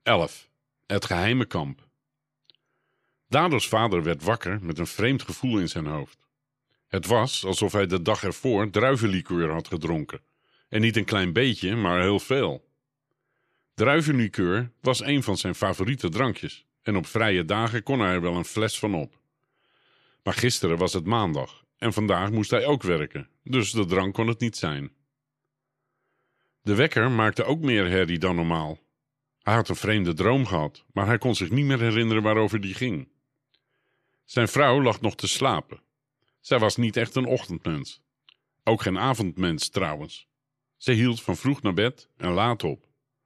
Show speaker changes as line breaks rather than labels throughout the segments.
11. Het geheime kamp. Dado's vader werd wakker met een vreemd gevoel in zijn hoofd. Het was alsof hij de dag ervoor druivenlikeur had gedronken. En niet een klein beetje, maar heel veel. Druivenlikeur was een van zijn favoriete drankjes. En op vrije dagen kon hij er wel een fles van op. Maar gisteren was het maandag. En vandaag moest hij ook werken. Dus de drank kon het niet zijn. De wekker maakte ook meer herrie dan normaal. Hij had een vreemde droom gehad, maar hij kon zich niet meer herinneren waarover die ging. Zijn vrouw lag nog te slapen. Zij was niet echt een ochtendmens. Ook geen avondmens trouwens. Ze hield van vroeg naar bed en laat op.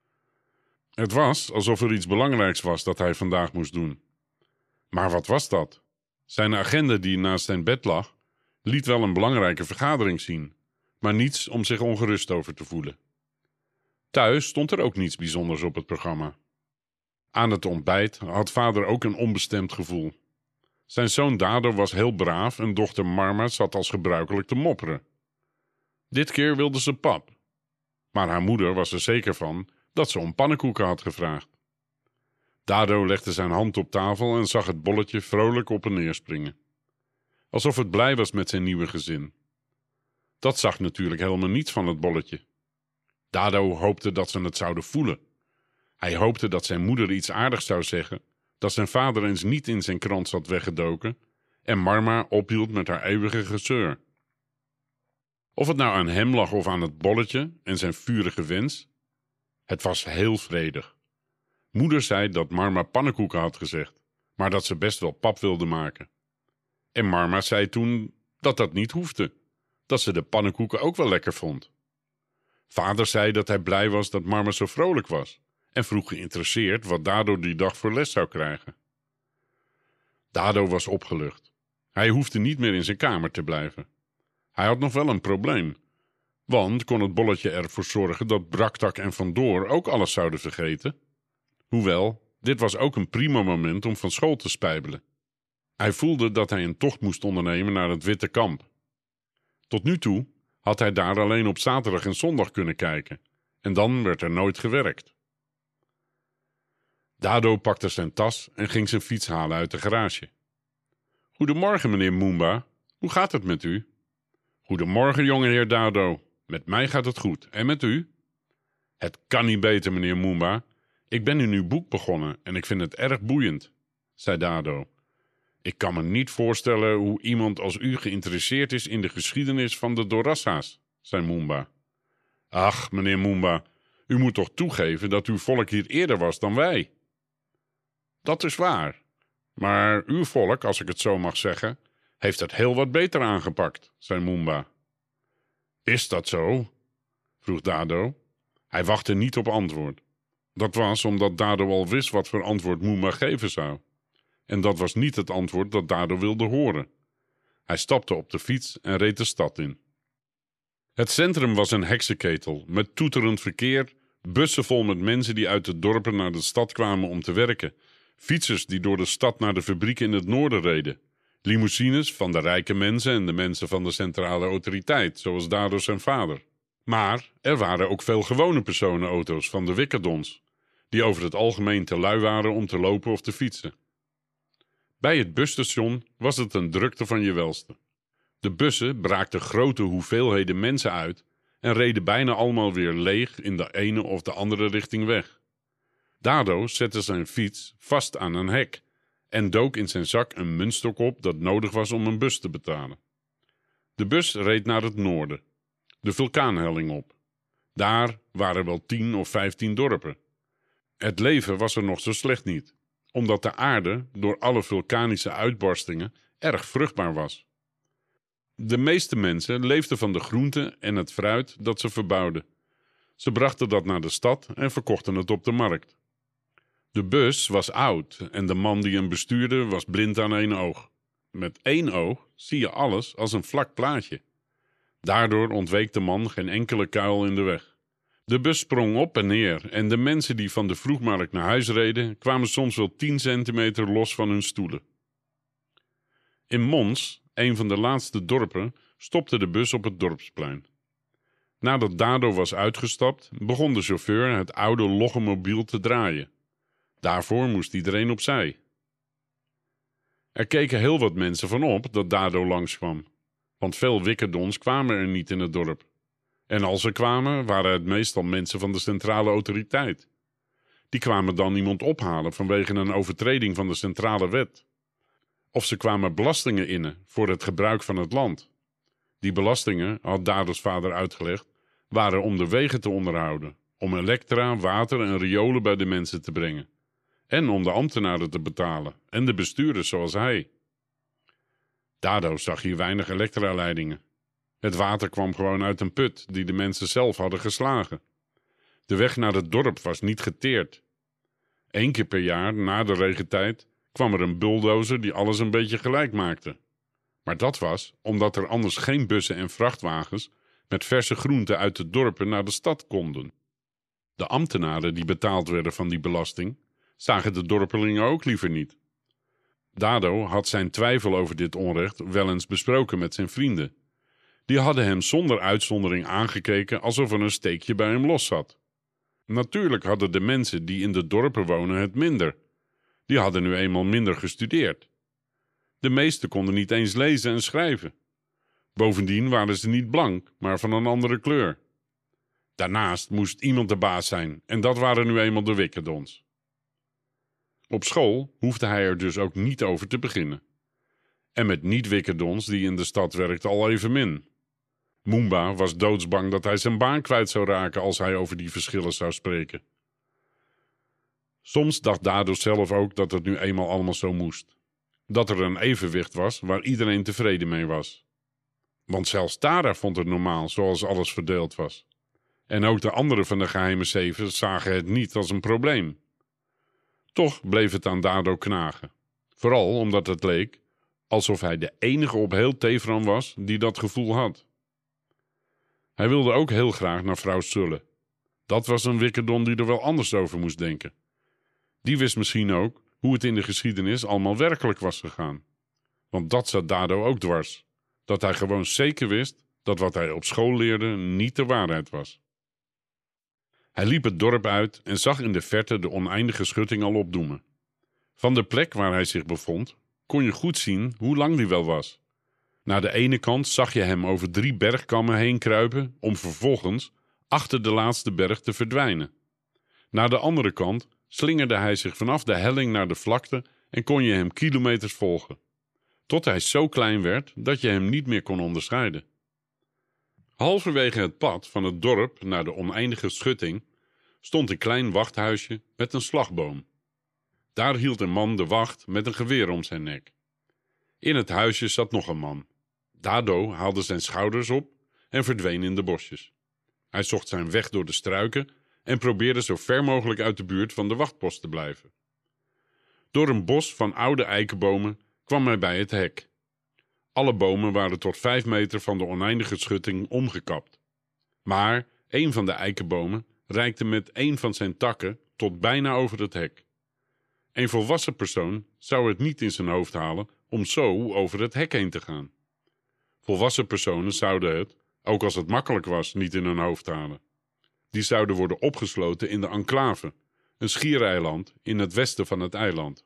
Het was alsof er iets belangrijks was dat hij vandaag moest doen. Maar wat was dat? Zijn agenda die naast zijn bed lag, liet wel een belangrijke vergadering zien, maar niets om zich ongerust over te voelen. Thuis stond er ook niets bijzonders op het programma. Aan het ontbijt had vader ook een onbestemd gevoel. Zijn zoon Dado was heel braaf en dochter Marma zat als gebruikelijk te mopperen. Dit keer wilde ze pap. Maar haar moeder was er zeker van dat ze om pannenkoeken had gevraagd. Dado legde zijn hand op tafel en zag het bolletje vrolijk op en neer springen. Alsof het blij was met zijn nieuwe gezin. Dat zag natuurlijk helemaal niets van het bolletje. Dado hoopte dat ze het zouden voelen. Hij hoopte dat zijn moeder iets aardigs zou zeggen, dat zijn vader eens niet in zijn krant zat weggedoken en Marma ophield met haar eeuwige gezeur. Of het nou aan hem lag of aan het bolletje en zijn vurige wens, het was heel vredig. Moeder zei dat Marma pannenkoeken had gezegd, maar dat ze best wel pap wilde maken. En Marma zei toen dat dat niet hoefde, dat ze de pannenkoeken ook wel lekker vond. Vader zei dat hij blij was dat Marma zo vrolijk was en vroeg geïnteresseerd wat Dado die dag voor les zou krijgen. Dado was opgelucht. Hij hoefde niet meer in zijn kamer te blijven. Hij had nog wel een probleem, want kon het bolletje ervoor zorgen dat Braktak en Vandoor ook alles zouden vergeten? Hoewel, dit was ook een prima moment om van school te spijbelen. Hij voelde dat hij een tocht moest ondernemen naar het Witte Kamp. Tot nu toe had hij daar alleen op zaterdag en zondag kunnen kijken, en dan werd er nooit gewerkt. Dado pakte zijn tas en ging zijn fiets halen uit de garage. Goedemorgen, meneer Moomba. Hoe gaat het met u? Goedemorgen, jongeheer Dado. Met mij gaat het goed. En met u? Het kan niet beter, meneer Moomba. Ik ben in uw boek begonnen en ik vind het erg boeiend, zei Dado. Ik kan me niet voorstellen hoe iemand als u geïnteresseerd is in de geschiedenis van de Dorassa's, zei Moomba. Ach, meneer Moomba, u moet toch toegeven dat uw volk hier eerder was dan wij? Dat is waar, maar uw volk, als ik het zo mag zeggen, heeft het heel wat beter aangepakt, zei Moomba. Is dat zo? Vroeg Dado. Hij wachtte niet op antwoord. Dat was omdat Dado al wist wat voor antwoord Moomba geven zou. En dat was niet het antwoord dat Dado wilde horen. Hij stapte op de fiets en reed de stad in. Het centrum was een heksenketel met toeterend verkeer, bussen vol met mensen die uit de dorpen naar de stad kwamen om te werken, fietsers die door de stad naar de fabrieken in het noorden reden, limousines van de rijke mensen en de mensen van de centrale autoriteit, zoals Dado zijn vader. Maar er waren ook veel gewone personenauto's van de wikkerdons, die over het algemeen te lui waren om te lopen of te fietsen. Bij het busstation was het een drukte van je welste. De bussen braakten grote hoeveelheden mensen uit en reden bijna allemaal weer leeg in de ene of de andere richting weg. Dado zette zijn fiets vast aan een hek en dook in zijn zak een muntstok op dat nodig was om een bus te betalen. De bus reed naar het noorden, de vulkaanhelling op. Daar waren wel 10 of 15 dorpen. Het leven was er nog zo slecht niet, omdat de aarde door alle vulkanische uitbarstingen erg vruchtbaar was. De meeste mensen leefden van de groenten en het fruit dat ze verbouwden. Ze brachten dat naar de stad en verkochten het op de markt. De bus was oud en de man die hem bestuurde was blind aan één oog. Met één oog zie je alles als een vlak plaatje. Daardoor ontweek de man geen enkele kuil in de weg. De bus sprong op en neer en de mensen die van de vroegmarkt naar huis reden kwamen soms wel 10 centimeter los van hun stoelen. In Mons, een van de laatste dorpen, stopte de bus op het dorpsplein. Nadat Dado was uitgestapt, begon de chauffeur het oude logge mobiel te draaien. Daarvoor moest iedereen opzij. Er keken heel wat mensen van op dat Dado langskwam, want veel wikkerdons kwamen er niet in het dorp. En als er kwamen, waren het meestal mensen van de centrale autoriteit. Die kwamen dan iemand ophalen vanwege een overtreding van de centrale wet. Of ze kwamen belastingen innen voor het gebruik van het land. Die belastingen, had Dado's vader uitgelegd, waren om de wegen te onderhouden, om elektra, water en riolen bij de mensen te brengen. En om de ambtenaren te betalen en de bestuurders zoals hij. Dado zag hier weinig elektraleidingen. Het water kwam gewoon uit een put die de mensen zelf hadden geslagen. De weg naar het dorp was niet geteerd. 1 keer per jaar, na de regentijd, kwam er een bulldozer die alles een beetje gelijk maakte. Maar dat was omdat er anders geen bussen en vrachtwagens met verse groenten uit de dorpen naar de stad konden. De ambtenaren die betaald werden van die belasting, zagen de dorpelingen ook liever niet. Dado had zijn twijfel over dit onrecht wel eens besproken met zijn vrienden. Die hadden hem zonder uitzondering aangekeken alsof er een steekje bij hem los zat. Natuurlijk hadden de mensen die in de dorpen wonen het minder. Die hadden nu eenmaal minder gestudeerd. De meesten konden niet eens lezen en schrijven. Bovendien waren ze niet blank, maar van een andere kleur. Daarnaast moest iemand de baas zijn en dat waren nu eenmaal de wikkerdons. Op school hoefde hij er dus ook niet over te beginnen. En met niet-wikkerdons die in de stad werkten al evenmin. Moomba was doodsbang dat hij zijn baan kwijt zou raken als hij over die verschillen zou spreken. Soms dacht Dado zelf ook dat het nu eenmaal allemaal zo moest. Dat er een evenwicht was waar iedereen tevreden mee was. Want zelfs Tara vond het normaal zoals alles verdeeld was. En ook de anderen van de geheime 7 zagen het niet als een probleem. Toch bleef het aan Dado knagen. Vooral omdat het leek alsof hij de enige op heel Teveran was die dat gevoel had. Hij wilde ook heel graag naar vrouw Sulle. Dat was een wikkerdon die er wel anders over moest denken. Die wist misschien ook hoe het in de geschiedenis allemaal werkelijk was gegaan. Want dat zat Dado ook dwars. Dat hij gewoon zeker wist dat wat hij op school leerde niet de waarheid was. Hij liep het dorp uit en zag in de verte de oneindige schutting al opdoemen. Van de plek waar hij zich bevond kon je goed zien hoe lang die wel was. Naar de ene kant zag je hem over 3 bergkammen heen kruipen om vervolgens achter de laatste berg te verdwijnen. Naar de andere kant slingerde hij zich vanaf de helling naar de vlakte en kon je hem kilometers volgen. Tot hij zo klein werd dat je hem niet meer kon onderscheiden. Halverwege het pad van het dorp naar de oneindige schutting stond een klein wachthuisje met een slagboom. Daar hield een man de wacht met een geweer om zijn nek. In het huisje zat nog een man. Dado haalde zijn schouders op en verdween in de bosjes. Hij zocht zijn weg door de struiken en probeerde zo ver mogelijk uit de buurt van de wachtpost te blijven. Door een bos van oude eikenbomen kwam hij bij het hek. Alle bomen waren tot 5 meter van de oneindige schutting omgekapt. Maar een van de eikenbomen reikte met een van zijn takken tot bijna over het hek. Een volwassen persoon zou het niet in zijn hoofd halen om zo over het hek heen te gaan. Volwassen personen zouden het, ook als het makkelijk was, niet in hun hoofd halen. Die zouden worden opgesloten in de enclave, een schiereiland in het westen van het eiland.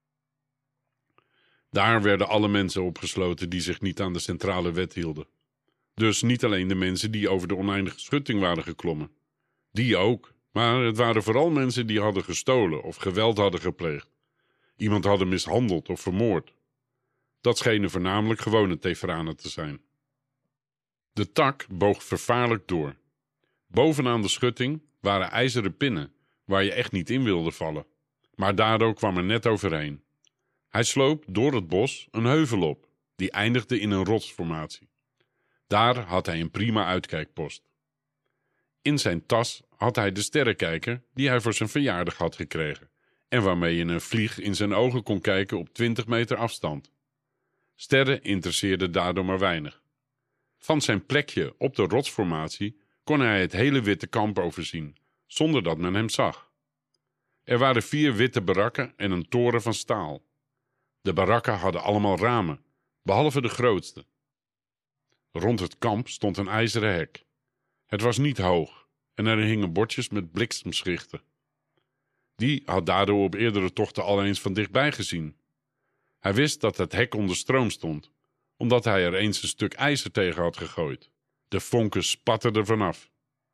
Daar werden alle mensen opgesloten die zich niet aan de centrale wet hielden. Dus niet alleen de mensen die over de oneindige schutting waren geklommen. Die ook, maar het waren vooral mensen die hadden gestolen of geweld hadden gepleegd. Iemand hadden mishandeld of vermoord. Dat schenen voornamelijk gewone Teveranen te zijn. De tak boog vervaarlijk door. Bovenaan de schutting waren ijzeren pinnen, waar je echt niet in wilde vallen. Maar Dado kwam er net overheen. Hij sloop door het bos een heuvel op, die eindigde in een rotsformatie. Daar had hij een prima uitkijkpost. In zijn tas had hij de sterrenkijker die hij voor zijn verjaardag had gekregen en waarmee je een vlieg in zijn ogen kon kijken op 20 meter afstand. Sterren interesseerden Dado maar weinig. Van zijn plekje op de rotsformatie kon hij het hele witte kamp overzien, zonder dat men hem zag. Er waren 4 witte barakken en een toren van staal. De barakken hadden allemaal ramen, behalve de grootste. Rond het kamp stond een ijzeren hek. Het was niet hoog en er hingen bordjes met bliksemschichten. Die had Dado op eerdere tochten al eens van dichtbij gezien. Hij wist dat het hek onder stroom stond, omdat hij er eens een stuk ijzer tegen had gegooid. De vonken spatten er vanaf.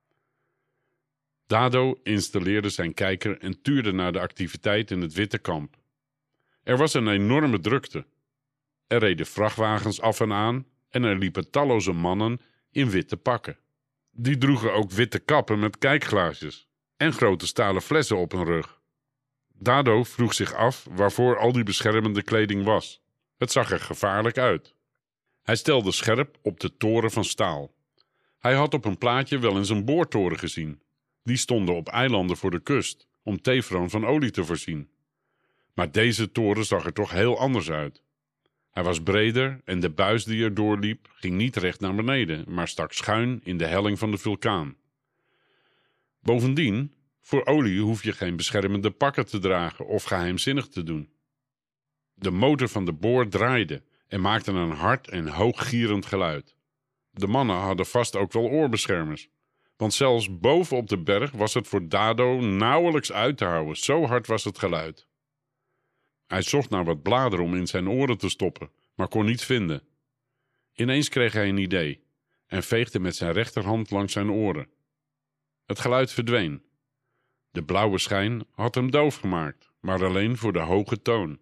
Dado installeerde zijn kijker en tuurde naar de activiteit in het witte kamp. Er was een enorme drukte. Er reden vrachtwagens af en aan en er liepen talloze mannen in witte pakken. Die droegen ook witte kappen met kijkglaasjes en grote stalen flessen op hun rug. Dado vroeg zich af waarvoor al die beschermende kleding was. Het zag er gevaarlijk uit. Hij stelde scherp op de toren van staal. Hij had op een plaatje wel eens een boortoren gezien. Die stonden op eilanden voor de kust om teflon van olie te voorzien. Maar deze toren zag er toch heel anders uit. Hij was breder en de buis die er doorliep ging niet recht naar beneden, maar stak schuin in de helling van de vulkaan. Bovendien, voor olie hoef je geen beschermende pakken te dragen of geheimzinnig te doen. De motor van de boor draaide en maakte een hard en hooggierend geluid. De mannen hadden vast ook wel oorbeschermers, want zelfs boven op de berg was het voor Dado nauwelijks uit te houden, zo hard was het geluid. Hij zocht naar wat bladeren om in zijn oren te stoppen, maar kon niets vinden. Ineens kreeg hij een idee en veegde met zijn rechterhand langs zijn oren. Het geluid verdween. De blauwe schijn had hem doof gemaakt, maar alleen voor de hoge toon.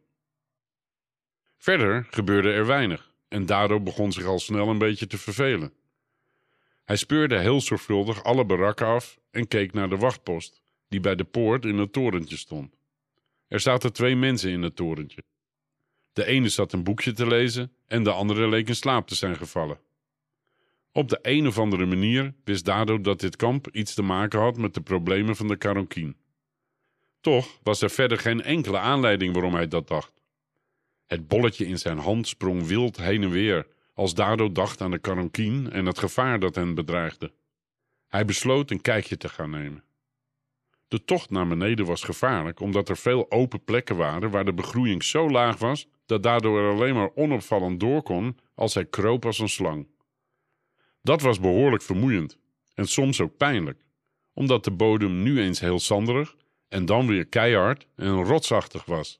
Verder gebeurde er weinig en Dado begon zich al snel een beetje te vervelen. Hij speurde heel zorgvuldig alle barakken af en keek naar de wachtpost, die bij de poort in het torentje stond. Er zaten 2 mensen in het torentje. De ene zat een boekje te lezen en de andere leek in slaap te zijn gevallen. Op de een of andere manier wist Dado dat dit kamp iets te maken had met de problemen van de Karonkien. Toch was er verder geen enkele aanleiding waarom hij dat dacht. Het bolletje in zijn hand sprong wild heen en weer als Dado dacht aan de Karonkien en het gevaar dat hen bedreigde. Hij besloot een kijkje te gaan nemen. De tocht naar beneden was gevaarlijk omdat er veel open plekken waren waar de begroeiing zo laag was dat Dado er alleen maar onopvallend door kon als hij kroop als een slang. Dat was behoorlijk vermoeiend en soms ook pijnlijk, omdat de bodem nu eens heel zanderig en dan weer keihard en rotsachtig was.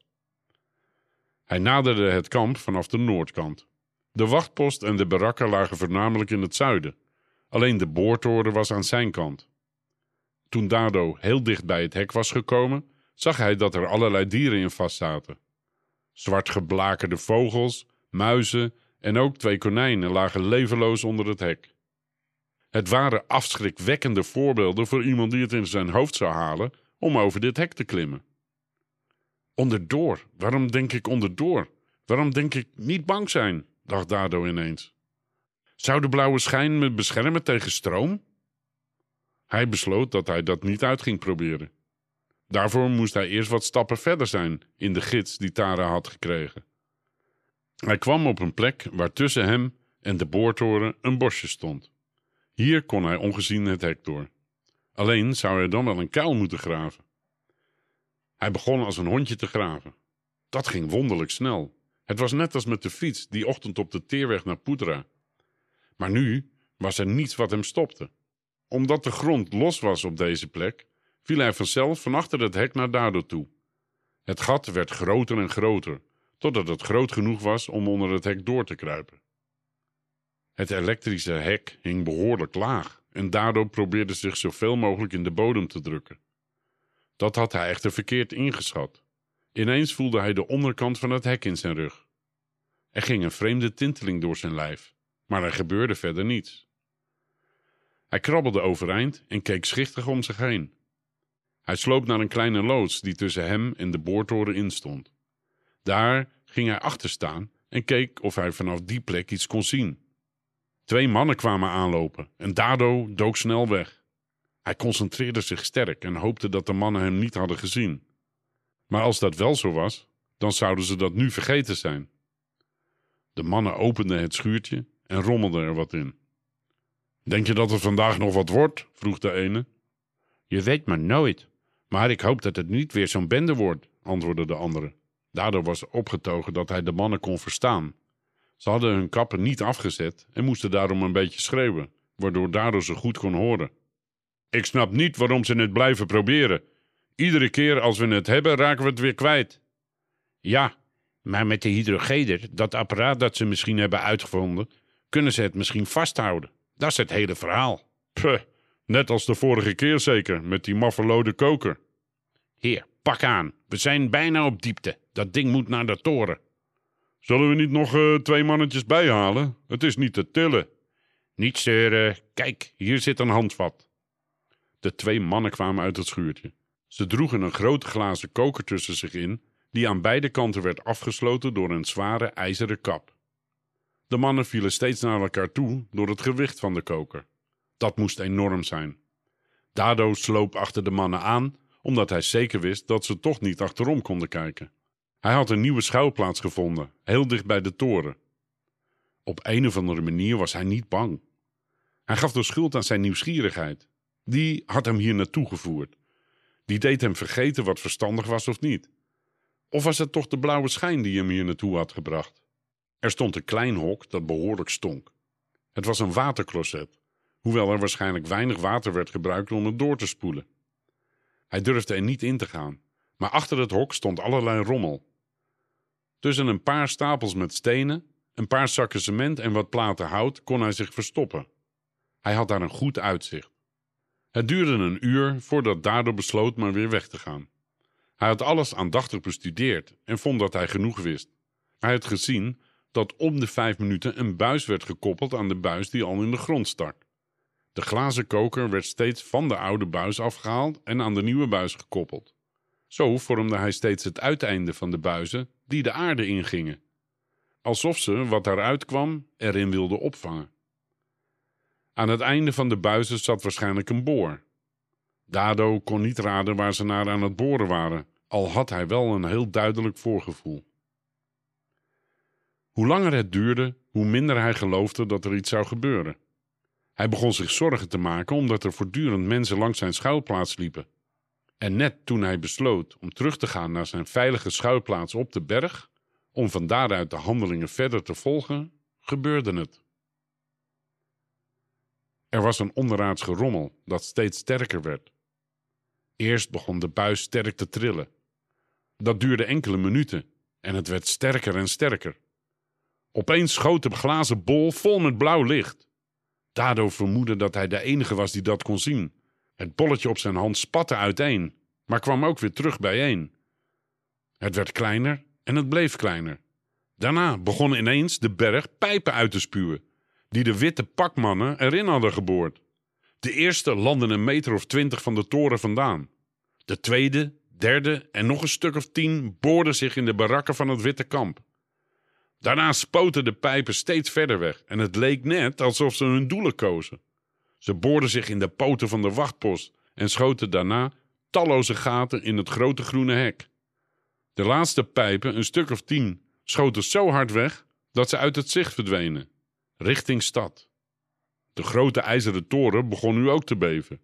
Hij naderde het kamp vanaf de noordkant. De wachtpost en de barakken lagen voornamelijk in het zuiden. Alleen de boortoren was aan zijn kant. Toen Dado heel dicht bij het hek was gekomen, zag hij dat er allerlei dieren in vastzaten. Zwart geblakerde vogels, muizen en ook 2 konijnen lagen levenloos onder het hek. Het waren afschrikwekkende voorbeelden voor iemand die het in zijn hoofd zou halen om over dit hek te klimmen. Onderdoor, waarom denk ik onderdoor? Waarom denk ik niet bang zijn? Dacht Dado ineens. Zou de blauwe schijn me beschermen tegen stroom? Hij besloot dat hij dat niet uit ging proberen. Daarvoor moest hij eerst wat stappen verder zijn in de gids die Tara had gekregen. Hij kwam op een plek waar tussen hem en de boortoren een bosje stond. Hier kon hij ongezien het hek door. Alleen zou hij dan wel een kuil moeten graven. Hij begon als een hondje te graven. Dat ging wonderlijk snel. Het was net als met de fiets die ochtend op de teerweg naar Poedra. Maar nu was er niets wat hem stopte. Omdat de grond los was op deze plek, viel hij vanzelf van achter het hek naar Dado toe. Het gat werd groter en groter, totdat het groot genoeg was om onder het hek door te kruipen. Het elektrische hek hing behoorlijk laag en Dado probeerde zich zoveel mogelijk in de bodem te drukken. Dat had hij echter verkeerd ingeschat. Ineens voelde hij de onderkant van het hek in zijn rug. Er ging een vreemde tinteling door zijn lijf, maar er gebeurde verder niets. Hij krabbelde overeind en keek schichtig om zich heen. Hij sloop naar een kleine loods die tussen hem en de boortoren instond. Daar ging hij achter staan en keek of hij vanaf die plek iets kon zien. 2 mannen kwamen aanlopen en Dado dook snel weg. Hij concentreerde zich sterk en hoopte dat de mannen hem niet hadden gezien. Maar als dat wel zo was, dan zouden ze dat nu vergeten zijn. De mannen openden het schuurtje en rommelden er wat in. Denk je dat het vandaag nog wat wordt? Vroeg de ene. Je weet maar nooit, maar ik hoop dat het niet weer zo'n bende wordt, antwoordde de andere. Dado was opgetogen dat hij de mannen kon verstaan. Ze hadden hun kappen niet afgezet en moesten daarom een beetje schreeuwen, waardoor Dado ze goed kon horen. Ik snap niet waarom ze het blijven proberen. Iedere keer als we het hebben, raken we het weer kwijt. Ja, maar met de hydrogeder, dat apparaat dat ze misschien hebben uitgevonden, kunnen ze het misschien vasthouden. Dat is het hele verhaal. Puh, net als de vorige keer zeker, met die maffelode koker. Heer, pak aan. We zijn bijna op diepte. Dat ding moet naar de toren. Zullen we niet nog 2 mannetjes bijhalen? Het is niet te tillen. Niet zeuren. Kijk, hier zit een handvat. De 2 mannen kwamen uit het schuurtje. Ze droegen een grote glazen koker tussen zich in, die aan beide kanten werd afgesloten door een zware ijzeren kap. De mannen vielen steeds naar elkaar toe door het gewicht van de koker. Dat moest enorm zijn. Dado sloop achter de mannen aan, omdat hij zeker wist dat ze toch niet achterom konden kijken. Hij had een nieuwe schuilplaats gevonden, heel dicht bij de toren. Op een of andere manier was hij niet bang. Hij gaf de schuld aan zijn nieuwsgierigheid. Die had hem hier naartoe gevoerd. Die deed hem vergeten wat verstandig was of niet. Of was het toch de blauwe schijn die hem hier naartoe had gebracht? Er stond een klein hok dat behoorlijk stonk. Het was een watercloset, hoewel er waarschijnlijk weinig water werd gebruikt om het door te spoelen. Hij durfde er niet in te gaan, maar achter het hok stond allerlei rommel. Tussen een paar stapels met stenen, een paar zakken cement en wat platen hout kon hij zich verstoppen. Hij had daar een goed uitzicht. Het duurde een uur voordat Dado besloot maar weer weg te gaan. Hij had alles aandachtig bestudeerd en vond dat hij genoeg wist. Hij had gezien dat om de 5 minuten een buis werd gekoppeld aan de buis die al in de grond stak. De glazen koker werd steeds van de oude buis afgehaald en aan de nieuwe buis gekoppeld. Zo vormde hij steeds het uiteinde van de buizen die de aarde ingingen. Alsof ze, wat daaruit kwam, erin wilden opvangen. Aan het einde van de buizen zat waarschijnlijk een boor. Dado kon niet raden waar ze naar aan het boren waren, al had hij wel een heel duidelijk voorgevoel. Hoe langer het duurde, hoe minder hij geloofde dat er iets zou gebeuren. Hij begon zich zorgen te maken omdat er voortdurend mensen langs zijn schuilplaats liepen. En net toen hij besloot om terug te gaan naar zijn veilige schuilplaats op de berg, om van daaruit de handelingen verder te volgen, gebeurde het. Er was een onderaards gerommel dat steeds sterker werd. Eerst begon de buis sterk te trillen. Dat duurde enkele minuten en het werd sterker en sterker. Opeens schoot de glazen bol vol met blauw licht. Dado vermoedde dat hij de enige was die dat kon zien. Het bolletje op zijn hand spatte uiteen, maar kwam ook weer terug bijeen. Het werd kleiner en het bleef kleiner. Daarna begon ineens de berg pijpen uit te spuwen, die de witte pakmannen erin hadden geboord. De eerste landde een meter of 20 van de toren vandaan. De tweede, derde en nog een stuk of 10 boorden zich in de barakken van het witte kamp. Daarna spoten de pijpen steeds verder weg en het leek net alsof ze hun doelen kozen. Ze boorden zich in de poten van de wachtpost en schoten daarna talloze gaten in het grote groene hek. De laatste pijpen, een stuk of 10, schoten zo hard weg dat ze uit het zicht verdwenen, richting stad. De grote ijzeren toren begon nu ook te beven.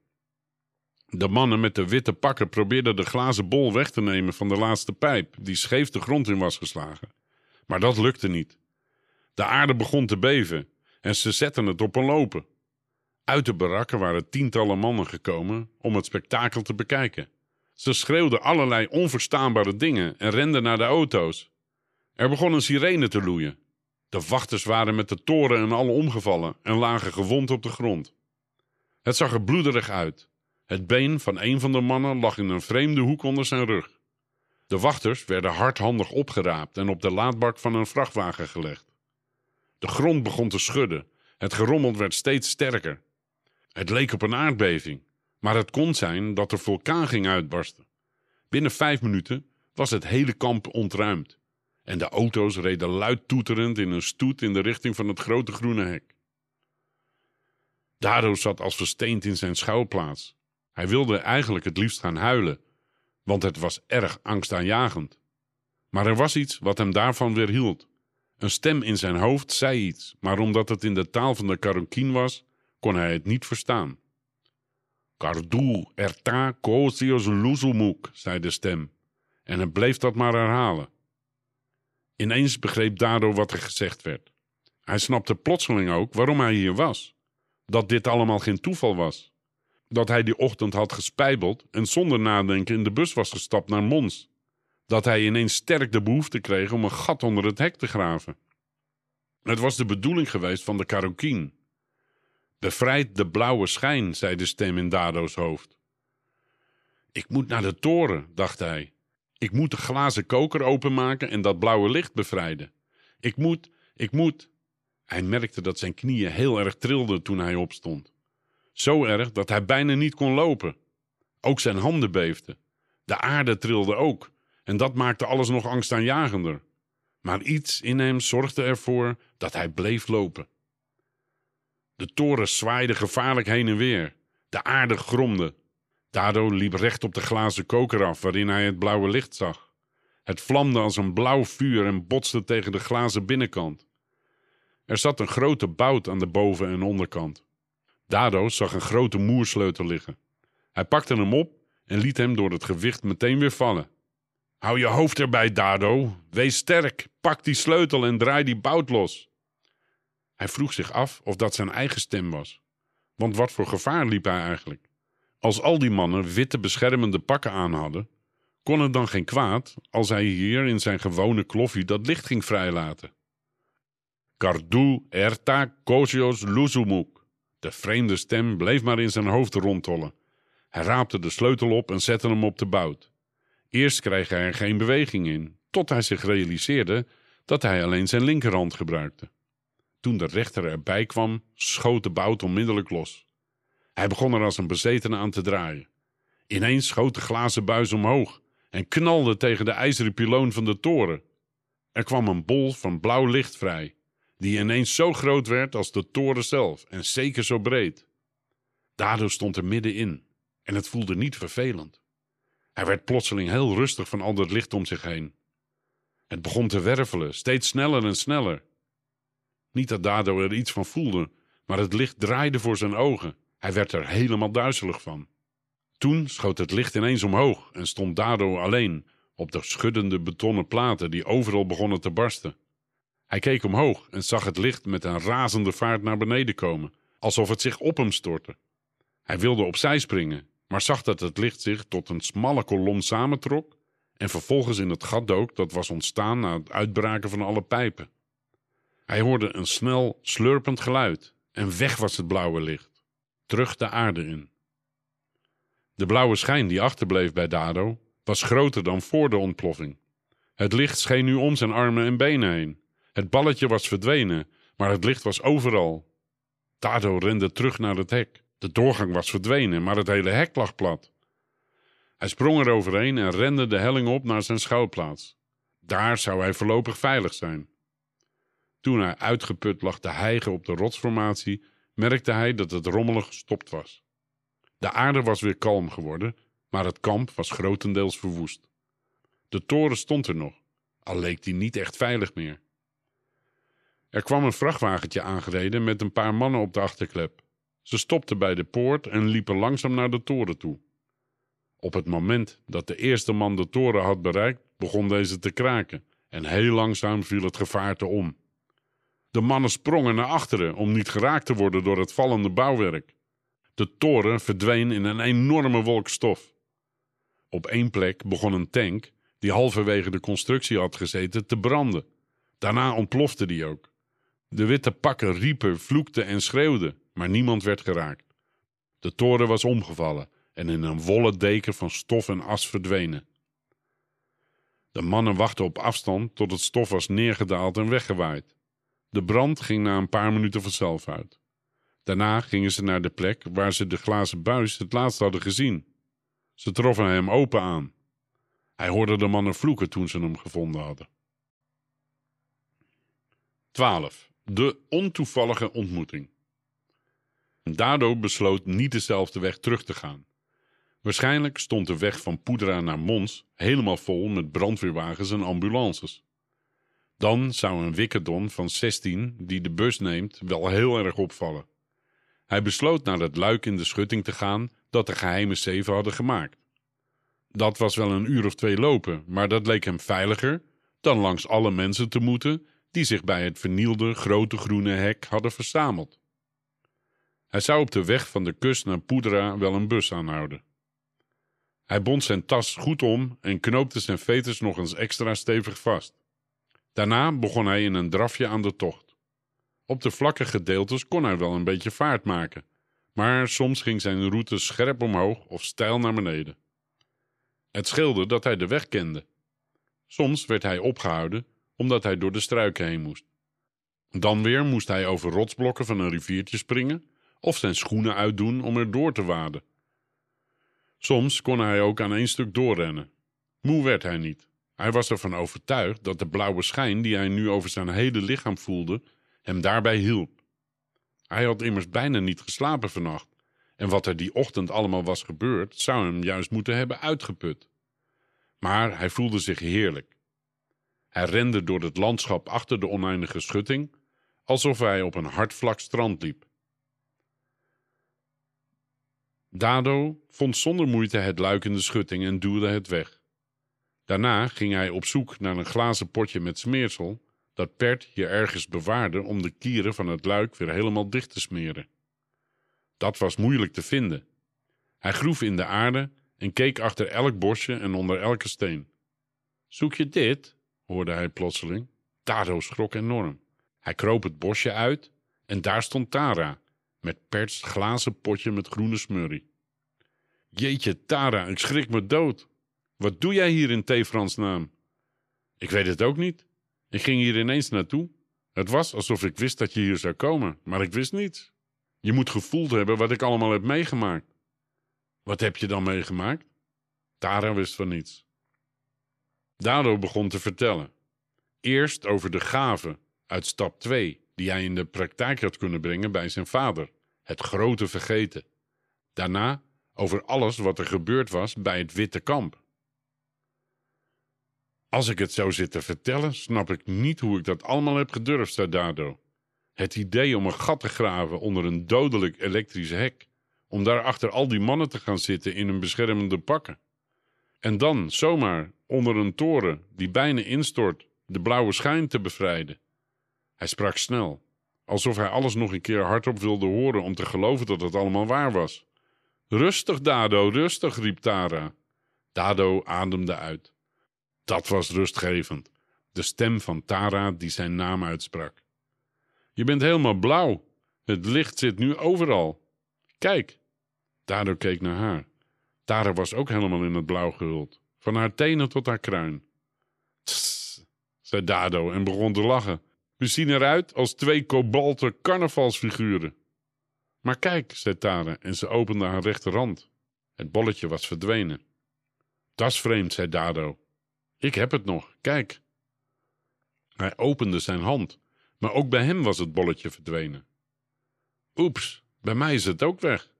De mannen met de witte pakken probeerden de glazen bol weg te nemen van de laatste pijp, die scheef de grond in was geslagen. Maar dat lukte niet. De aarde begon te beven en ze zetten het op een lopen. Uit de barakken waren tientallen mannen gekomen om het spektakel te bekijken. Ze schreeuwden allerlei onverstaanbare dingen en renden naar de auto's. Er begon een sirene te loeien. De wachters waren met de toren en al omgevallen en lagen gewond op de grond. Het zag er bloederig uit. Het been van een van de mannen lag in een vreemde hoek onder zijn rug. De wachters werden hardhandig opgeraapt en op de laadbak van een vrachtwagen gelegd. De grond begon te schudden. Het gerommel werd steeds sterker. Het leek op een aardbeving, maar het kon zijn dat de vulkaan ging uitbarsten. Binnen 5 minuten was het hele kamp ontruimd en de auto's reden luid toeterend in een stoet in de richting van het grote groene hek. Dado zat als versteend in zijn schuilplaats. Hij wilde eigenlijk het liefst gaan huilen, want het was erg angstaanjagend. Maar er was iets wat hem daarvan weerhield. Een stem in zijn hoofd zei iets, maar omdat het in de taal van de Karonkien was, kon hij het niet verstaan. Kardu erta kosios luzulmuk, zei de stem, en het bleef dat maar herhalen. Ineens begreep Dado wat er gezegd werd. Hij snapte plotseling ook waarom hij hier was. Dat dit allemaal geen toeval was. Dat hij die ochtend had gespijbeld en zonder nadenken in de bus was gestapt naar Mons. Dat hij ineens sterk de behoefte kreeg om een gat onder het hek te graven. Het was de bedoeling geweest van de Karokien. Bevrijd de blauwe schijn, zei de stem in Dado's hoofd. Ik moet naar de toren, dacht hij. Ik moet de glazen koker openmaken en dat blauwe licht bevrijden. Ik moet. Hij merkte dat zijn knieën heel erg trilden toen hij opstond. Zo erg dat hij bijna niet kon lopen. Ook zijn handen beefden. De aarde trilde ook. En dat maakte alles nog angstaanjagender. Maar iets in hem zorgde ervoor dat hij bleef lopen. De toren zwaaide gevaarlijk heen en weer. De aarde gromde. Dado liep recht op de glazen koker af waarin hij het blauwe licht zag. Het vlamde als een blauw vuur en botste tegen de glazen binnenkant. Er zat een grote bout aan de boven- en onderkant. Dado zag een grote moersleutel liggen. Hij pakte hem op en liet hem door het gewicht meteen weer vallen. Hou je hoofd erbij, Dado. Wees sterk. Pak die sleutel en draai die bout los. Hij vroeg zich af of dat zijn eigen stem was. Want wat voor gevaar liep hij eigenlijk? Als al die mannen witte beschermende pakken aan hadden, kon het dan geen kwaad als hij hier in zijn gewone kloffie dat licht ging vrijlaten. Kardu erta kosios luzumuk. De vreemde stem bleef maar in zijn hoofd rondtollen. Hij raapte de sleutel op en zette hem op de bout. Eerst kreeg hij er geen beweging in, tot hij zich realiseerde dat hij alleen zijn linkerhand gebruikte. Toen de rechter erbij kwam, schoot de bout onmiddellijk los. Hij begon er als een bezetene aan te draaien. Ineens schoot de glazen buis omhoog en knalde tegen de ijzeren piloon van de toren. Er kwam een bol van blauw licht vrij, die ineens zo groot werd als de toren zelf en zeker zo breed. Dado stond er middenin en het voelde niet vervelend. Hij werd plotseling heel rustig van al dat licht om zich heen. Het begon te wervelen, steeds sneller en sneller. Niet dat Dado er iets van voelde, maar het licht draaide voor zijn ogen. Hij werd er helemaal duizelig van. Toen schoot het licht ineens omhoog en stond Dado alleen op de schuddende betonnen platen die overal begonnen te barsten. Hij keek omhoog en zag het licht met een razende vaart naar beneden komen, alsof het zich op hem stortte. Hij wilde opzij springen, maar zag dat het licht zich tot een smalle kolom samentrok en vervolgens in het gat dook dat was ontstaan na het uitbraken van alle pijpen. Hij hoorde een snel, slurpend geluid en weg was het blauwe licht, terug de aarde in. De blauwe schijn die achterbleef bij Dado was groter dan voor de ontploffing. Het licht scheen nu om zijn armen en benen heen. Het balletje was verdwenen, maar het licht was overal. Dado rende terug naar het hek. De doorgang was verdwenen, maar het hele hek lag plat. Hij sprong er overheen en rende de helling op naar zijn schuilplaats. Daar zou hij voorlopig veilig zijn. Toen hij uitgeput lag te hijgen op de rotsformatie, merkte hij dat het rommelig gestopt was. De aarde was weer kalm geworden, maar het kamp was grotendeels verwoest. De toren stond er nog, al leek die niet echt veilig meer. Er kwam een vrachtwagentje aangereden met een paar mannen op de achterklep. Ze stopten bij de poort en liepen langzaam naar de toren toe. Op het moment dat de eerste man de toren had bereikt, begon deze te kraken en heel langzaam viel het gevaarte om. De mannen sprongen naar achteren om niet geraakt te worden door het vallende bouwwerk. De toren verdween in een enorme wolk stof. Op één plek begon een tank, die halverwege de constructie had gezeten, te branden. Daarna ontplofte die ook. De witte pakken riepen, vloekten en schreeuwden, maar niemand werd geraakt. De toren was omgevallen en in een wollen deken van stof en as verdwenen. De mannen wachten op afstand tot het stof was neergedaald en weggewaaid. De brand ging na een paar minuten vanzelf uit. Daarna gingen ze naar de plek waar ze de glazen buis het laatst hadden gezien. Ze troffen hem open aan. Hij hoorde de mannen vloeken toen ze hem gevonden hadden. 12. De ontoevallige ontmoeting. Dado besloot niet dezelfde weg terug te gaan. Waarschijnlijk stond de weg van Poedra naar Mons helemaal vol met brandweerwagens en ambulances. Dan zou een wikkerdon van 16 die de bus neemt wel heel erg opvallen. Hij besloot naar het luik in de schutting te gaan dat de geheime zeven hadden gemaakt. Dat was wel een uur of 2 lopen, maar dat leek hem veiliger dan langs alle mensen te moeten die zich bij het vernielde grote groene hek hadden verzameld. Hij zou op de weg van de kust naar Poedra wel een bus aanhouden. Hij bond zijn tas goed om en knoopte zijn veters nog eens extra stevig vast. Daarna begon hij in een drafje aan de tocht. Op de vlakke gedeeltes kon hij wel een beetje vaart maken, maar soms ging zijn route scherp omhoog of steil naar beneden. Het scheelde dat hij de weg kende. Soms werd hij opgehouden omdat hij door de struiken heen moest. Dan weer moest hij over rotsblokken van een riviertje springen of zijn schoenen uitdoen om er door te waden. Soms kon hij ook aan één stuk doorrennen. Moe werd hij niet. Hij was ervan overtuigd dat de blauwe schijn die hij nu over zijn hele lichaam voelde, hem daarbij hielp. Hij had immers bijna niet geslapen vannacht, en wat er die ochtend allemaal was gebeurd, zou hem juist moeten hebben uitgeput. Maar hij voelde zich heerlijk. Hij rende door het landschap achter de oneindige schutting, alsof hij op een hardvlak strand liep. Dado vond zonder moeite het luik in de schutting en duwde het weg. Daarna ging hij op zoek naar een glazen potje met smeersel dat Pert hier ergens bewaarde om de kieren van het luik weer helemaal dicht te smeren. Dat was moeilijk te vinden. Hij groef in de aarde en keek achter elk bosje en onder elke steen. "Zoek je dit?" hoorde hij plotseling. Dado schrok enorm. Hij kroop het bosje uit en daar stond Tara, met Perts glazen potje met groene smurrie. "Jeetje, Tara, ik schrik me dood. Wat doe jij hier in Teefrans naam?" "Ik weet het ook niet. Ik ging hier ineens naartoe. Het was alsof ik wist dat je hier zou komen, maar ik wist niets. Je moet gevoeld hebben wat ik allemaal heb meegemaakt." "Wat heb je dan meegemaakt?" Tara wist van niets. Dado begon te vertellen. Eerst over de gave uit stap 2, die hij in de praktijk had kunnen brengen bij zijn vader, het grote vergeten. Daarna over alles wat er gebeurd was bij het Witte Kamp. "Als ik het zo zit te vertellen, snap ik niet hoe ik dat allemaal heb gedurfd," zei Dado. "Het idee om een gat te graven onder een dodelijk elektrisch hek, om daar achter al die mannen te gaan zitten in hun beschermende pakken. En dan, zomaar, onder een toren die bijna instort, de blauwe schijn te bevrijden." Hij sprak snel, alsof hij alles nog een keer hardop wilde horen om te geloven dat het allemaal waar was. "Rustig, Dado, rustig," riep Tara. Dado ademde uit. Dat was rustgevend, de stem van Tara die zijn naam uitsprak. "Je bent helemaal blauw. Het licht zit nu overal. Kijk." Dado keek naar haar. Tara was ook helemaal in het blauw gehuld, van haar tenen tot haar kruin. "Tss," zei Dado en begon te lachen. "We zien eruit als 2 kobalten carnavalsfiguren." "Maar kijk," zei Tara en ze opende haar rechterhand. Het bolletje was verdwenen. "Dat's vreemd," zei Dado. "Ik heb het nog, kijk." Hij opende zijn hand, maar ook bij hem was het bolletje verdwenen. "Oeps, bij mij is het ook weg."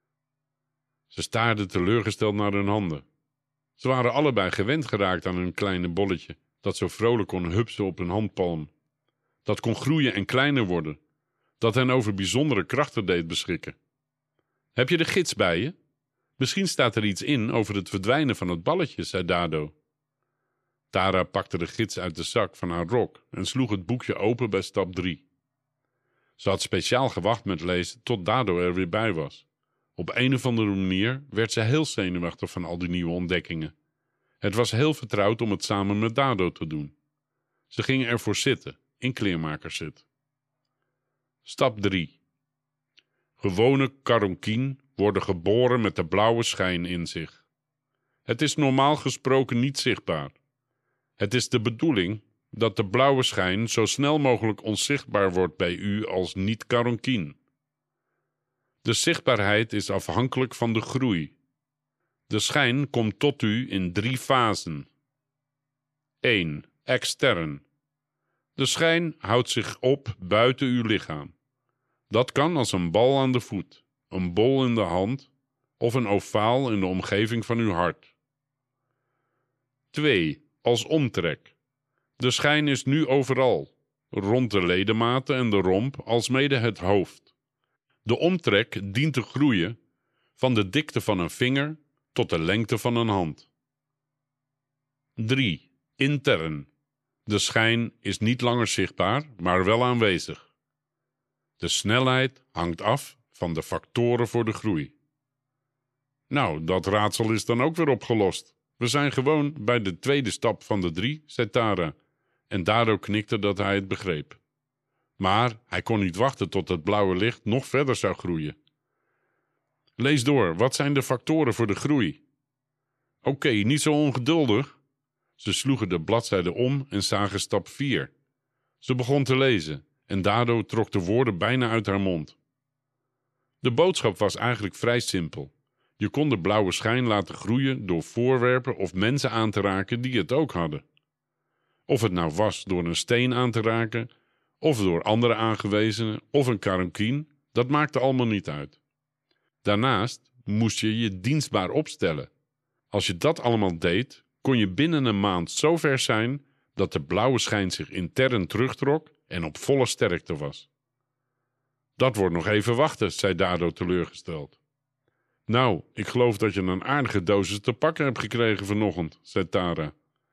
Ze staarden teleurgesteld naar hun handen. Ze waren allebei gewend geraakt aan hun kleine bolletje, dat zo vrolijk kon hupsen op hun handpalm. Dat kon groeien en kleiner worden, dat hen over bijzondere krachten deed beschikken. "Heb je de gids bij je? Misschien staat er iets in over het verdwijnen van het balletje," zei Dado. Tara pakte de gids uit de zak van haar rok en sloeg het boekje open bij stap 3. Ze had speciaal gewacht met lezen tot Dado er weer bij was. Op een of andere manier werd ze heel zenuwachtig van al die nieuwe ontdekkingen. Het was heel vertrouwd om het samen met Dado te doen. Ze gingen ervoor zitten, in kleermakerszit. Stap 3. Gewone karonkien worden geboren met de blauwe schijn in zich. Het is normaal gesproken niet zichtbaar. Het is de bedoeling dat de blauwe schijn zo snel mogelijk onzichtbaar wordt bij u als niet-karonkien. De zichtbaarheid is afhankelijk van de groei. De schijn komt tot u in 3 fasen. 1. Extern. De schijn houdt zich op buiten uw lichaam. Dat kan als een bal aan de voet, een bol in de hand of een ovaal in de omgeving van uw hart. 2. Als omtrek. De schijn is nu overal, rond de ledematen en de romp, alsmede het hoofd. De omtrek dient te groeien van de dikte van een vinger tot de lengte van een hand. 3. Intern. De schijn is niet langer zichtbaar, maar wel aanwezig. De snelheid hangt af van de factoren voor de groei. Nou, dat raadsel is dan ook weer opgelost. We zijn gewoon bij de tweede stap van de 3, zei Tara, en Dado knikte dat hij het begreep. Maar hij kon niet wachten tot het blauwe licht nog verder zou groeien. Lees door, wat zijn de factoren voor de groei? Oké, niet zo ongeduldig. Ze sloegen de bladzijde om en zagen stap 4. Ze begon te lezen en Dado trok de woorden bijna uit haar mond. De boodschap was eigenlijk vrij simpel. Je kon de blauwe schijn laten groeien door voorwerpen of mensen aan te raken die het ook hadden. Of het nou was door een steen aan te raken, of door andere aangewezenen, of een karankrien, dat maakte allemaal niet uit. Daarnaast moest je je dienstbaar opstellen. Als je dat allemaal deed, kon je binnen een maand zo ver zijn dat de blauwe schijn zich intern terugtrok en op volle sterkte was. Dat wordt nog even wachten, zei Dado teleurgesteld. Nou, ik geloof dat je een aardige dosis te pakken hebt gekregen vanochtend, zei Tara.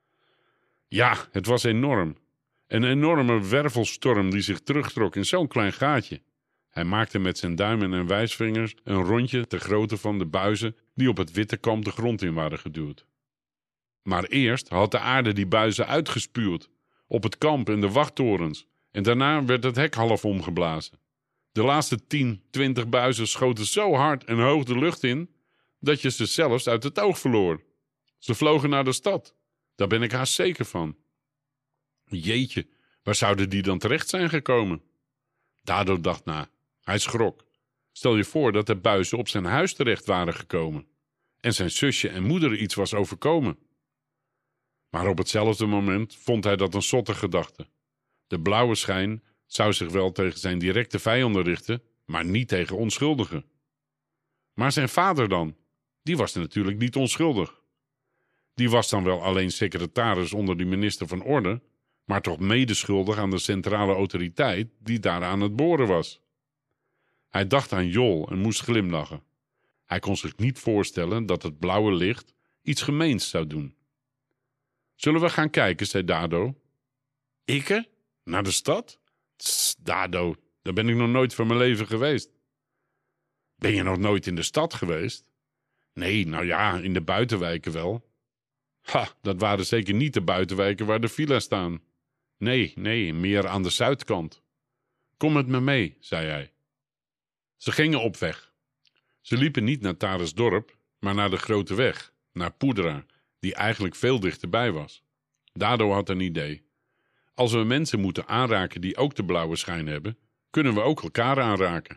Ja, het was enorm. Een enorme wervelstorm die zich terugtrok in zo'n klein gaatje. Hij maakte met zijn duimen en wijsvingers een rondje ter grootte van de buizen die op het witte kamp de grond in waren geduwd. Maar eerst had de aarde die buizen uitgespuwd, op het kamp en de wachttorens, en daarna werd het hek half omgeblazen. De laatste 10, 20 buizen schoten zo hard en hoog de lucht in, dat je ze zelfs uit het oog verloor. Ze vlogen naar de stad, daar ben ik haast zeker van. Jeetje, waar zouden die dan terecht zijn gekomen? Dado dacht na. Hij schrok. Stel je voor dat de buizen op zijn huis terecht waren gekomen en zijn zusje en moeder iets was overkomen. Maar op hetzelfde moment vond hij dat een zotte gedachte. De blauwe schijn zou zich wel tegen zijn directe vijanden richten, maar niet tegen onschuldigen. Maar zijn vader dan? Die was natuurlijk niet onschuldig. Die was dan wel alleen secretaris onder de minister van Orde, maar toch medeschuldig aan de centrale autoriteit die daar aan het boren was. Hij dacht aan Jol en moest glimlachen. Hij kon zich niet voorstellen dat het blauwe licht iets gemeens zou doen. Zullen we gaan kijken, zei Dado. Ikke? Naar de stad? Tss, Dado, daar ben ik nog nooit van mijn leven geweest. Ben je nog nooit in de stad geweest? Nee, nou ja, in de buitenwijken wel. Ha, dat waren zeker niet de buitenwijken waar de villa's staan. Nee, meer aan de zuidkant. Kom met me mee, zei hij. Ze gingen op weg. Ze liepen niet naar Tara's dorp, maar naar de grote weg, naar Poedra, die eigenlijk veel dichterbij was. Dado had een idee. Als we mensen moeten aanraken die ook de blauwe schijn hebben, kunnen we ook elkaar aanraken.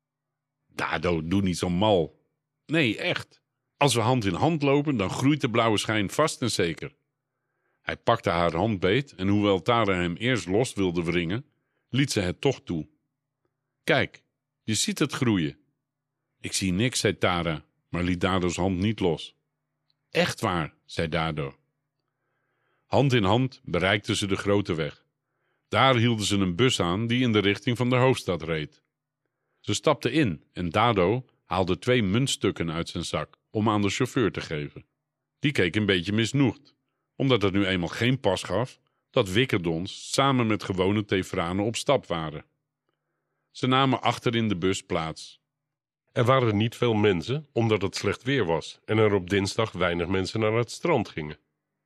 Dado, doe niet zo mal. Nee, echt. Als we hand in hand lopen, dan groeit de blauwe schijn vast en zeker. Hij pakte haar hand beet en hoewel Tara hem eerst los wilde wringen, liet ze het toch toe. Kijk, je ziet het groeien. Ik zie niks, zei Tara, maar liet Dado's hand niet los. Echt waar, zei Dado. Hand in hand bereikten ze de grote weg. Daar hielden ze een bus aan die in de richting van de hoofdstad reed. Ze stapten in en Dado haalde 2 muntstukken uit zijn zak om aan de chauffeur te geven. Die keek een beetje misnoegd, omdat het nu eenmaal geen pas gaf dat Wikkerdons samen met gewone Tevranen op stap waren. Ze namen achter in de bus plaats.
Er waren niet veel mensen, omdat het slecht weer was en er op dinsdag weinig mensen naar het strand gingen.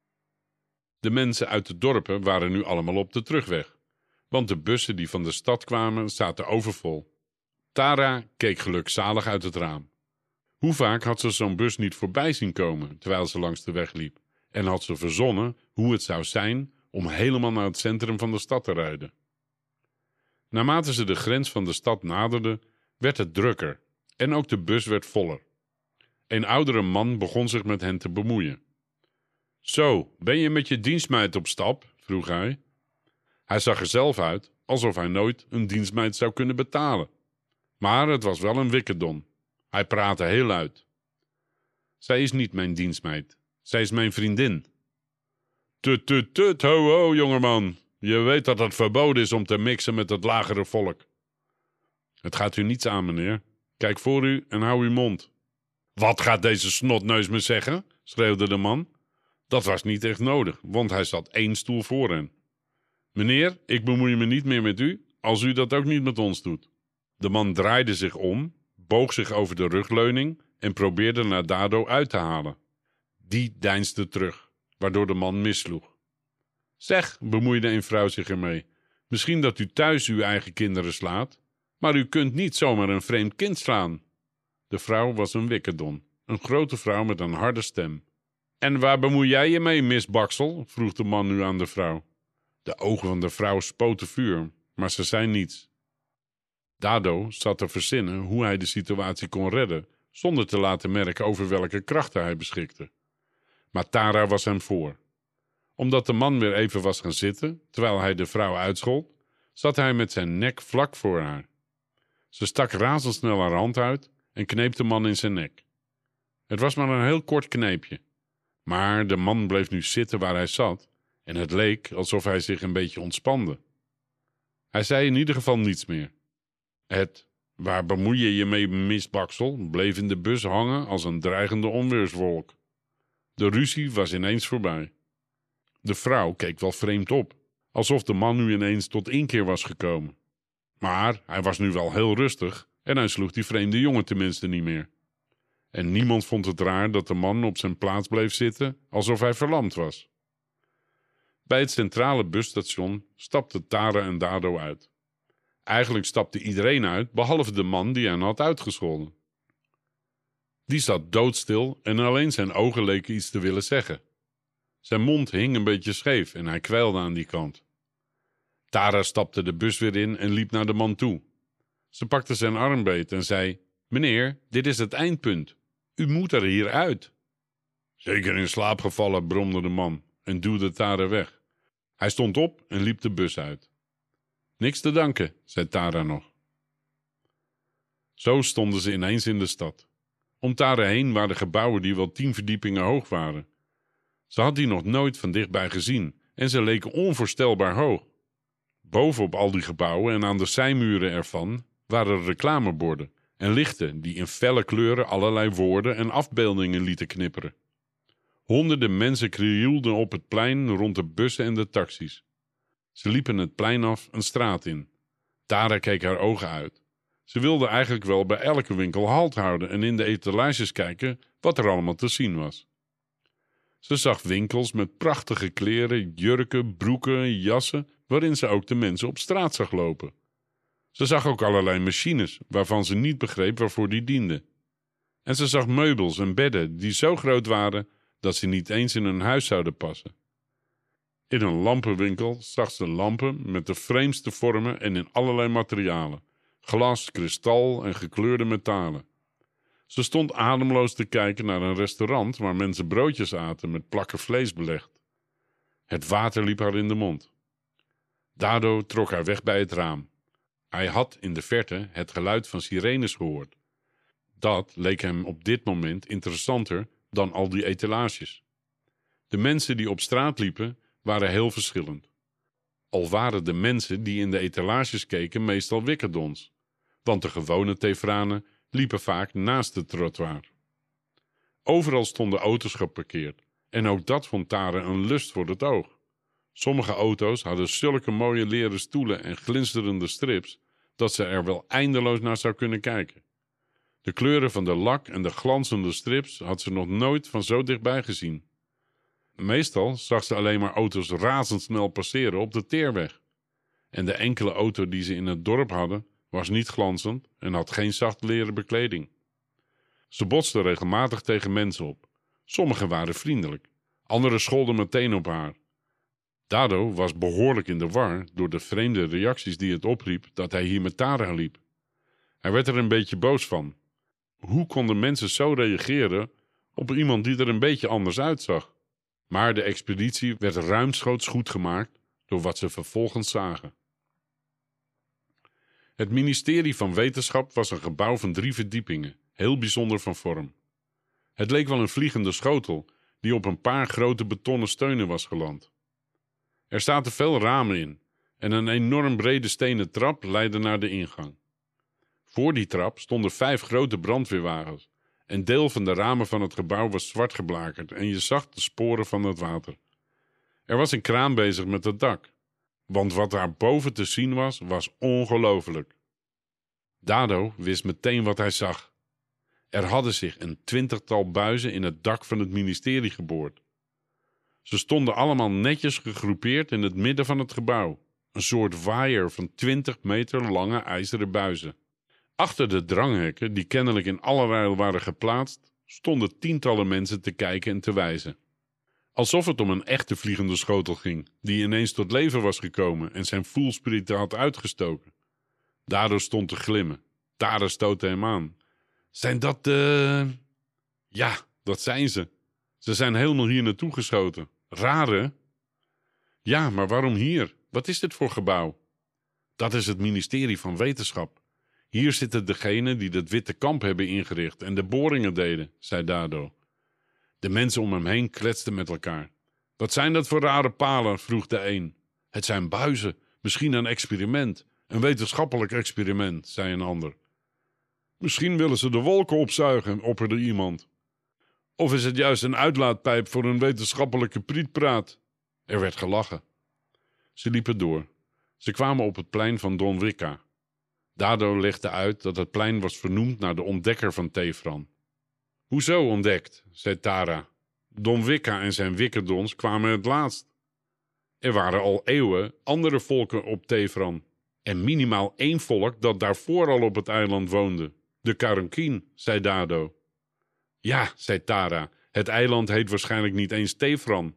De mensen uit de dorpen waren nu allemaal op de terugweg, want de bussen die van de stad kwamen zaten overvol. Tara keek gelukzalig uit het raam. Hoe vaak had ze zo'n bus niet voorbij zien komen terwijl ze langs de weg liep, en had ze verzonnen hoe het zou zijn om helemaal naar het centrum van de stad te rijden. Naarmate ze de grens van de stad naderden, werd het drukker en ook de bus werd voller. Een oudere man begon zich met hen te bemoeien. Zo, ben je met je dienstmeid op stap? Vroeg hij. Hij zag er zelf uit alsof hij nooit een dienstmeid zou kunnen betalen. Maar het was wel een wikkerdon. Hij praatte heel luid. Zij is niet mijn dienstmeid. Zij is mijn vriendin. Tut, ho, jongeman. Je weet dat het verboden is om te mixen met het lagere volk. Het gaat u niets aan, meneer. Kijk voor u en hou uw mond. Wat gaat deze snotneus me zeggen? Schreeuwde de man. Dat was niet echt nodig, want hij zat 1 stoel voor hen. Meneer, ik bemoei me niet meer met u, als u dat ook niet met ons doet. De man draaide zich om, boog zich over de rugleuning en probeerde naar Dado uit te halen. Die deinsde terug, waardoor de man missloeg. Zeg, bemoeide een vrouw zich ermee, misschien dat u thuis uw eigen kinderen slaat, maar u kunt niet zomaar een vreemd kind slaan. De vrouw was een wikkerdon, een grote vrouw met een harde stem. En waar bemoei jij je mee, Miss Baksel? Vroeg de man nu aan de vrouw. De ogen van de vrouw spoten vuur, maar ze zei niets. Dado zat te verzinnen hoe hij de situatie kon redden, zonder te laten merken over welke krachten hij beschikte. Maar Tara was hem voor. Omdat de man weer even was gaan zitten, terwijl hij de vrouw uitschold, zat hij met zijn nek vlak voor haar. Ze stak razendsnel haar hand uit en kneep de man in zijn nek. Het was maar een heel kort kneepje. Maar de man bleef nu zitten waar hij zat en het leek alsof hij zich een beetje ontspande. Hij zei in ieder geval niets meer. Waar bemoei je je mee, Miss Baksel, bleef in de bus hangen als een dreigende onweerswolk. De ruzie was ineens voorbij. De vrouw keek wel vreemd op, alsof de man nu ineens tot inkeer was gekomen. Maar hij was nu wel heel rustig en hij sloeg die vreemde jongen tenminste niet meer. En niemand vond het raar dat de man op zijn plaats bleef zitten, alsof hij verlamd was. Bij het centrale busstation stapten Tara en Dado uit. Eigenlijk stapte iedereen uit, behalve de man die hen had uitgescholden. Die zat doodstil en alleen zijn ogen leken iets te willen zeggen. Zijn mond hing een beetje scheef en hij kwijlde aan die kant. Tara stapte de bus weer in en liep naar de man toe. Ze pakte zijn arm beet en zei: Meneer, dit is het eindpunt. U moet er hier uit. Zeker in slaap gevallen, bromde de man en duwde Tara weg. Hij stond op en liep de bus uit. Niks te danken, zei Tara nog. Zo stonden ze ineens in de stad. Om Tara heen waren gebouwen die wel 10 verdiepingen hoog waren. Ze had die nog nooit van dichtbij gezien en ze leken onvoorstelbaar hoog. Bovenop al die gebouwen en aan de zijmuren ervan waren reclameborden en lichten die in felle kleuren allerlei woorden en afbeeldingen lieten knipperen. Honderden mensen krioelden op het plein rond de bussen en de taxis. Ze liepen het plein af een straat in. Tara keek haar ogen uit. Ze wilde eigenlijk wel bij elke winkel halt houden en in de etalages kijken wat er allemaal te zien was. Ze zag winkels met prachtige kleren, jurken, broeken, jassen, waarin ze ook de mensen op straat zag lopen. Ze zag ook allerlei machines, waarvan ze niet begreep waarvoor die dienden. En ze zag meubels en bedden die zo groot waren dat ze niet eens in hun huis zouden passen. In een lampenwinkel zag ze lampen met de vreemdste vormen en in allerlei materialen: glas, kristal en gekleurde metalen. Ze stond ademloos te kijken naar een restaurant waar mensen broodjes aten met plakken vlees belegd. Het water liep haar in de mond. Dado trok haar weg bij het raam. Hij had in de verte het geluid van sirenes gehoord. Dat leek hem op dit moment interessanter dan al die etalages. De mensen die op straat liepen waren heel verschillend. Al waren de mensen die in de etalages keken meestal wikkerdons, want de gewone Tevranen liepen vaak naast het trottoir. Overal stonden auto's geparkeerd en ook dat vond Tara een lust voor het oog. Sommige auto's hadden zulke mooie leren stoelen en glinsterende strips dat ze er wel eindeloos naar zou kunnen kijken. De kleuren van de lak en de glanzende strips had ze nog nooit van zo dichtbij gezien. Meestal zag ze alleen maar auto's razendsnel passeren op de teerweg. En de enkele auto die ze in het dorp hadden was niet glanzend en had geen zacht leren bekleding. Ze botsten regelmatig tegen mensen op. Sommigen waren vriendelijk, anderen scholden meteen op haar. Dado was behoorlijk in de war door de vreemde reacties die het opriep dat hij hier met Tara liep. Hij werd er een beetje boos van. Hoe konden mensen zo reageren op iemand die er een beetje anders uitzag? Maar de expeditie werd ruimschoots goed gemaakt door wat ze vervolgens zagen. Het ministerie van Wetenschap was een gebouw van 3 verdiepingen, heel bijzonder van vorm. Het leek wel een vliegende schotel die op een paar grote betonnen steunen was geland. Er zaten veel ramen in en een enorm brede stenen trap leidde naar de ingang. Voor die trap stonden 5 grote brandweerwagens. Een deel van de ramen van het gebouw was zwart geblakerd en je zag de sporen van het water. Er was een kraan bezig met het dak, want wat daar boven te zien was, was ongelooflijk. Dado wist meteen wat hij zag. Er hadden zich een 20-tal buizen in het dak van het ministerie geboord. Ze stonden allemaal netjes gegroepeerd in het midden van het gebouw. Een soort waaier van 20 meter lange ijzeren buizen. Achter de dranghekken, die kennelijk in allerlei waren geplaatst, stonden tientallen mensen te kijken en te wijzen. Alsof het om een echte vliegende schotel ging, die ineens tot leven was gekomen en zijn voelsprieten had uitgestoken. Dado stond te glimmen. Tara stootte hem aan. Zijn dat de... Ja, dat zijn ze. Ze zijn helemaal hier naartoe geschoten. Raar, hè? Ja, maar waarom hier? Wat is dit voor gebouw? Dat is het ministerie van Wetenschap. Hier zitten degenen die dat witte kamp hebben ingericht en de boringen deden, zei Dado. De mensen om hem heen kletsten met elkaar. Wat zijn dat voor rare palen? Vroeg de een. Het zijn buizen, misschien een experiment. Een wetenschappelijk experiment, zei een ander. Misschien willen ze de wolken opzuigen, opperde iemand. Of is het juist een uitlaatpijp voor een wetenschappelijke prietpraat? Er werd gelachen. Ze liepen door. Ze kwamen op het plein van Don Wicca. Dado legde uit dat het plein was vernoemd naar de ontdekker van Teefran. Hoezo ontdekt, zei Tara. Don Wicca en zijn wikkerdons kwamen het laatst. Er waren al eeuwen andere volken op Teefran. En minimaal 1 volk dat daarvoor al op het eiland woonde. De Karunkien, zei Dado. Ja, zei Tara, het eiland heet waarschijnlijk niet eens Teefran.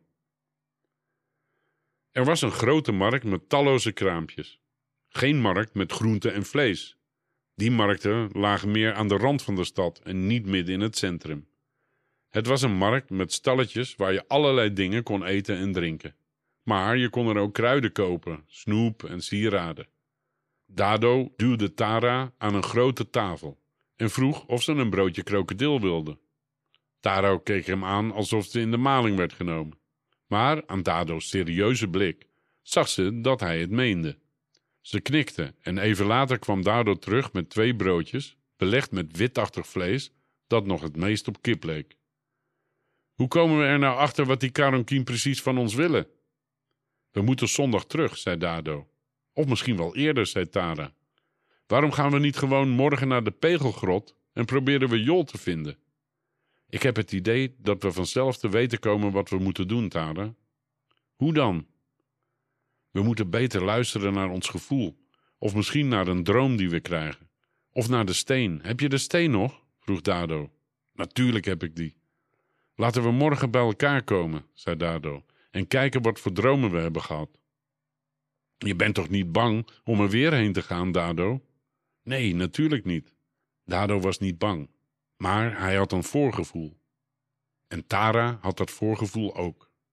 Er was een grote markt met talloze kraampjes. Geen markt met groente en vlees. Die markten lagen meer aan de rand van de stad en niet midden in het centrum. Het was een markt met stalletjes waar je allerlei dingen kon eten en drinken. Maar je kon er ook kruiden kopen, snoep en sieraden. Dado duwde Tara aan een grote tafel en vroeg of ze een broodje krokodil wilde. Tara keek hem aan alsof ze in de maling werd genomen. Maar aan Dado's serieuze blik zag ze dat hij het meende. Ze knikte en even later kwam Dado terug met 2 broodjes, belegd met witachtig vlees, dat nog het meest op kip leek. Hoe komen we er nou achter wat die Karunkien precies van ons willen? We moeten zondag terug, zei Dado. Of misschien wel eerder, zei Tara. Waarom gaan we niet gewoon morgen naar de Pegelgrot en proberen we Jol te vinden? Ik heb het idee dat we vanzelf te weten komen wat we moeten doen, Tara. Hoe dan? We moeten beter luisteren naar ons gevoel. Of misschien naar een droom die we krijgen. Of naar de steen. Heb je de steen nog? Vroeg Dado. Natuurlijk heb ik die. Laten we morgen bij elkaar komen, zei Dado. En kijken wat voor dromen we hebben gehad. Je bent toch niet bang om er weer heen te gaan, Dado? Nee, natuurlijk niet. Dado was niet bang. Maar hij had een voorgevoel. En Tara had dat voorgevoel ook.